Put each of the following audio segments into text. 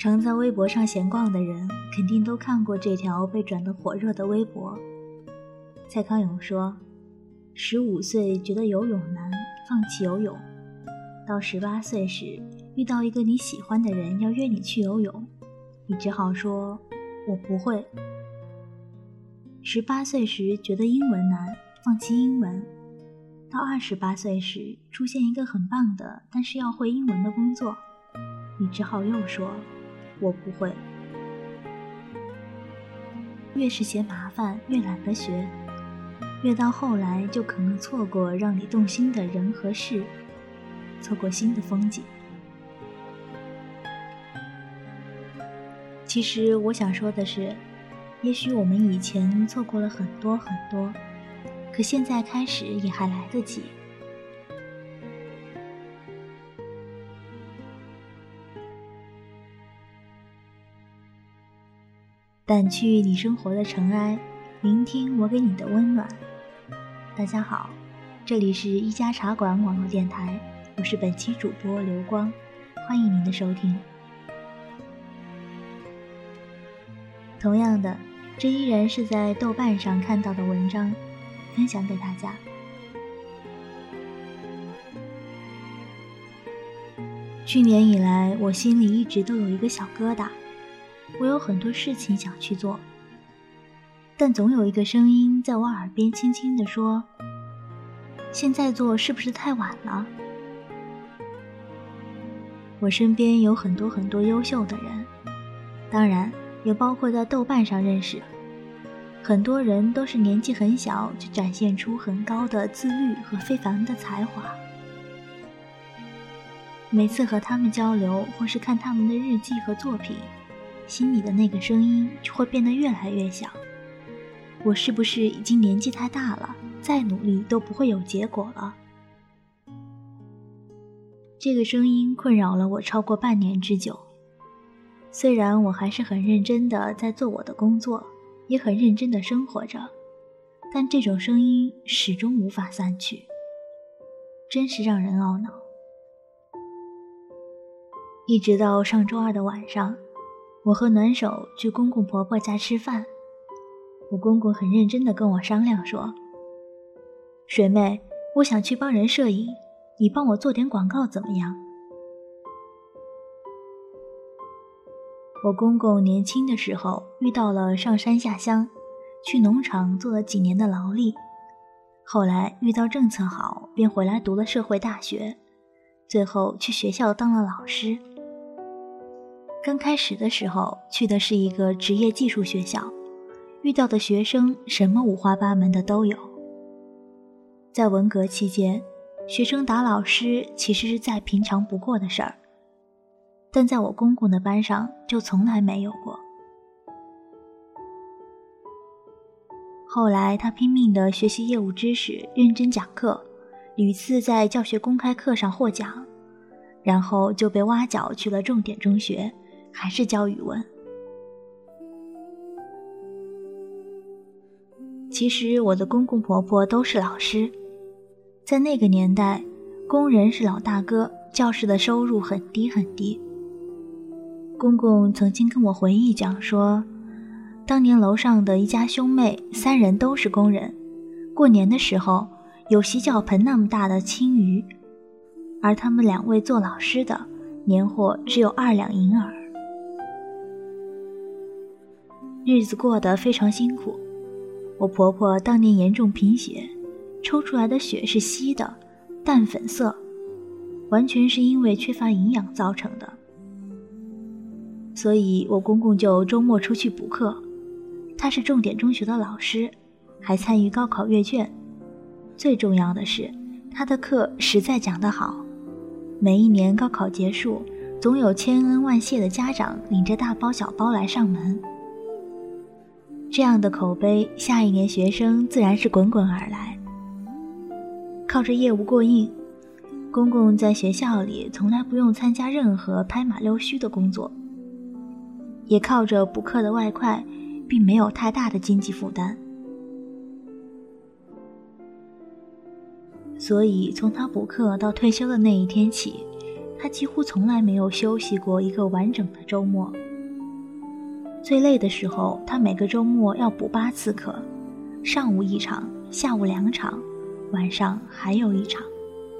常在微博上闲逛的人肯定都看过这条被转得火热的微博。蔡康永说，15岁觉得游泳难，放弃游泳，到18岁时遇到一个你喜欢的人要约你去游泳，你只好说我不会。18岁时觉得英文难，放弃英文，到28岁时出现一个很棒的但是要会英文的工作，你只好又说我不会。越是嫌麻烦，越懒得学，越到后来就可能错过让你动心的人和事，错过新的风景。其实我想说的是，也许我们以前错过了很多很多，可现在开始也还来得及。掸去你生活的尘埃，聆听我给你的温暖。大家好，这里是一家茶馆网络电台，我是本期主播刘光，欢迎您的收听。同样的，这依然是在豆瓣上看到的文章，分享给大家。去年以来，我心里一直都有一个小疙瘩，我有很多事情想去做，但总有一个声音在我耳边轻轻地说，现在做是不是太晚了？我身边有很多很多优秀的人，当然也包括在豆瓣上认识的，很多人都是年纪很小就展现出很高的自律和非凡的才华。每次和他们交流或是看他们的日记和作品，心里的那个声音就会变得越来越小，我是不是已经年纪太大了，再努力都不会有结果了？这个声音困扰了我超过半年之久。虽然我还是很认真的在做我的工作，也很认真的生活着，但这种声音始终无法散去，真是让人懊恼。一直到上周二的晚上，我和暖手去公公婆婆家吃饭，我公公很认真地跟我商量说，水妹，我想去帮人摄影，你帮我做点广告怎么样？我公公年轻的时候遇到了上山下乡，去农场做了几年的劳力，后来遇到政策好，便回来读了社会大学，最后去学校当了老师。刚开始的时候去的是一个职业技术学校，遇到的学生什么五花八门的都有。在文革期间，学生打老师其实是再平常不过的事儿，但在我公公的班上就从来没有过。后来他拼命地学习业务知识，认真讲课，屡次在教学公开课上获奖，然后就被挖角去了重点中学，还是教语文。其实我的公公婆婆都是老师，在那个年代，工人是老大哥，教师的收入很低很低。公公曾经跟我回忆讲说，当年楼上的一家兄妹3人都是工人，过年的时候有洗脚盆那么大的青鱼，而他们2位做老师的年货只有2两银耳，日子过得非常辛苦。我婆婆当年严重贫血，抽出来的血是稀的，淡粉色，完全是因为缺乏营养造成的。所以我公公就周末出去补课，他是重点中学的老师，还参与高考阅卷。最重要的是，他的课实在讲得好，每一年高考结束，总有千恩万谢的家长领着大包小包来上门。这样的口碑，下一年学生自然是滚滚而来。靠着业务过硬，公公在学校里从来不用参加任何拍马溜须的工作，也靠着补课的外快，并没有太大的经济负担。所以从他补课到退休的那一天起， 他几乎从来没有休息过一个完整的周末。最累的时候，他每个周末要补8次课，上午1场，下午2场，晚上还有1场。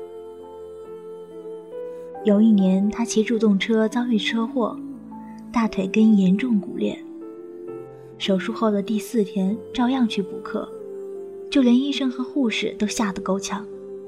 有一年，他骑助动车遭遇车祸，大腿根严重骨裂。手术后的第4天，照样去补课，就连医生和护士都吓得够呛。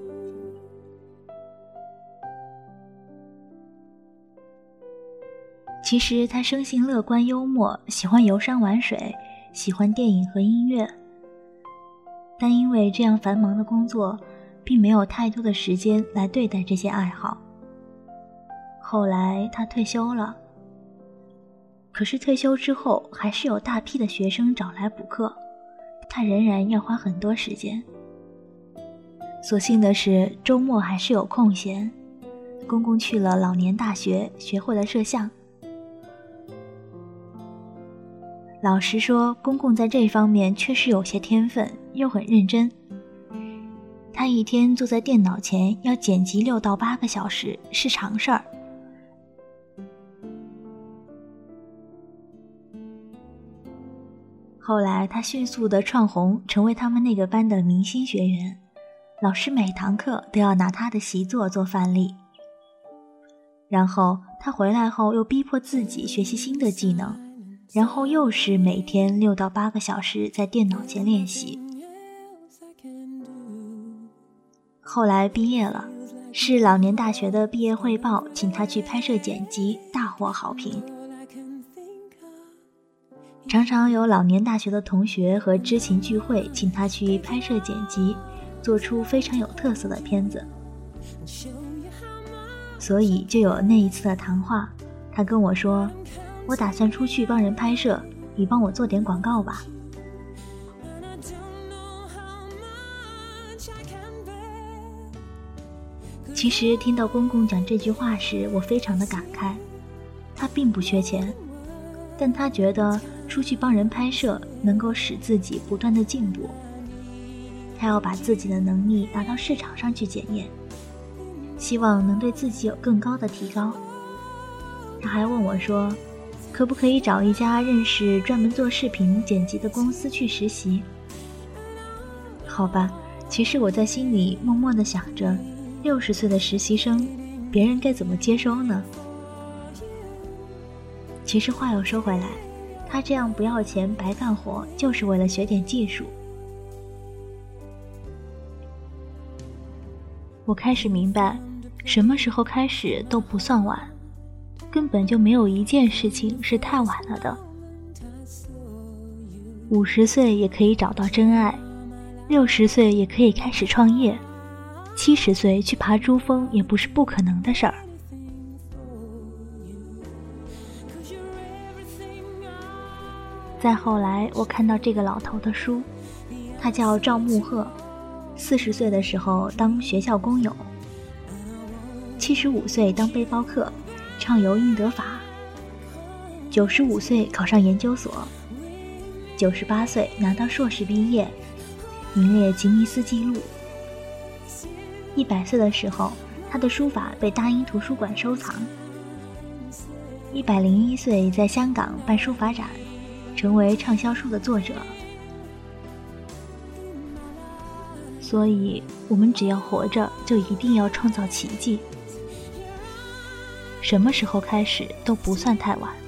其实他生性乐观幽默，喜欢游山玩水，喜欢电影和音乐，但因为这样繁忙的工作，并没有太多的时间来对待这些爱好。后来他退休了，可是退休之后还是有大批的学生找来补课，他仍然要花很多时间。所幸的是，周末还是有空闲，公公去了老年大学，学会了摄像。老实说，公公在这方面确实有些天分，又很认真。他一天坐在电脑前要剪辑6到8个小时是常事儿。后来他迅速地窜红，成为他们那个班的明星学员，老师每堂课都要拿他的习作做范例。然后他回来后又逼迫自己学习新的技能，然后又是每天6到8个小时在电脑前练习。后来毕业了，是老年大学的毕业汇报请他去拍摄剪辑，大获好评。常常有老年大学的同学和知情聚会请他去拍摄剪辑，做出非常有特色的片子。所以就有那一次的谈话，他跟我说，我打算出去帮人拍摄，你帮我做点广告吧。其实听到公公讲这句话时，我非常的感慨。他并不缺钱，但他觉得出去帮人拍摄能够使自己不断的进步。他要把自己的能力拿到市场上去检验，希望能对自己有更高的提高。他还问我说，可不可以找一家认识专门做视频剪辑的公司去实习？好吧，其实我在心里默默地想着，60岁的实习生，别人该怎么接收呢？其实话又说回来，他这样不要钱白干活，就是为了学点技术。我开始明白，什么时候开始都不算晚，根本就没有一件事情是太晚了的。50岁也可以找到真爱，60岁也可以开始创业，70岁去爬珠峰也不是不可能的事儿。再后来，我看到这个老头的书，他叫赵木鹤，40岁的时候当学校工友，75岁当背包客，畅游英德法，95岁考上研究所，98岁拿到硕士毕业，名列吉尼斯纪录。100岁的时候，他的书法被大英图书馆收藏。101岁在香港办书法展，成为畅销书的作者。所以我们只要活着，就一定要创造奇迹。什么时候开始都不算太晚。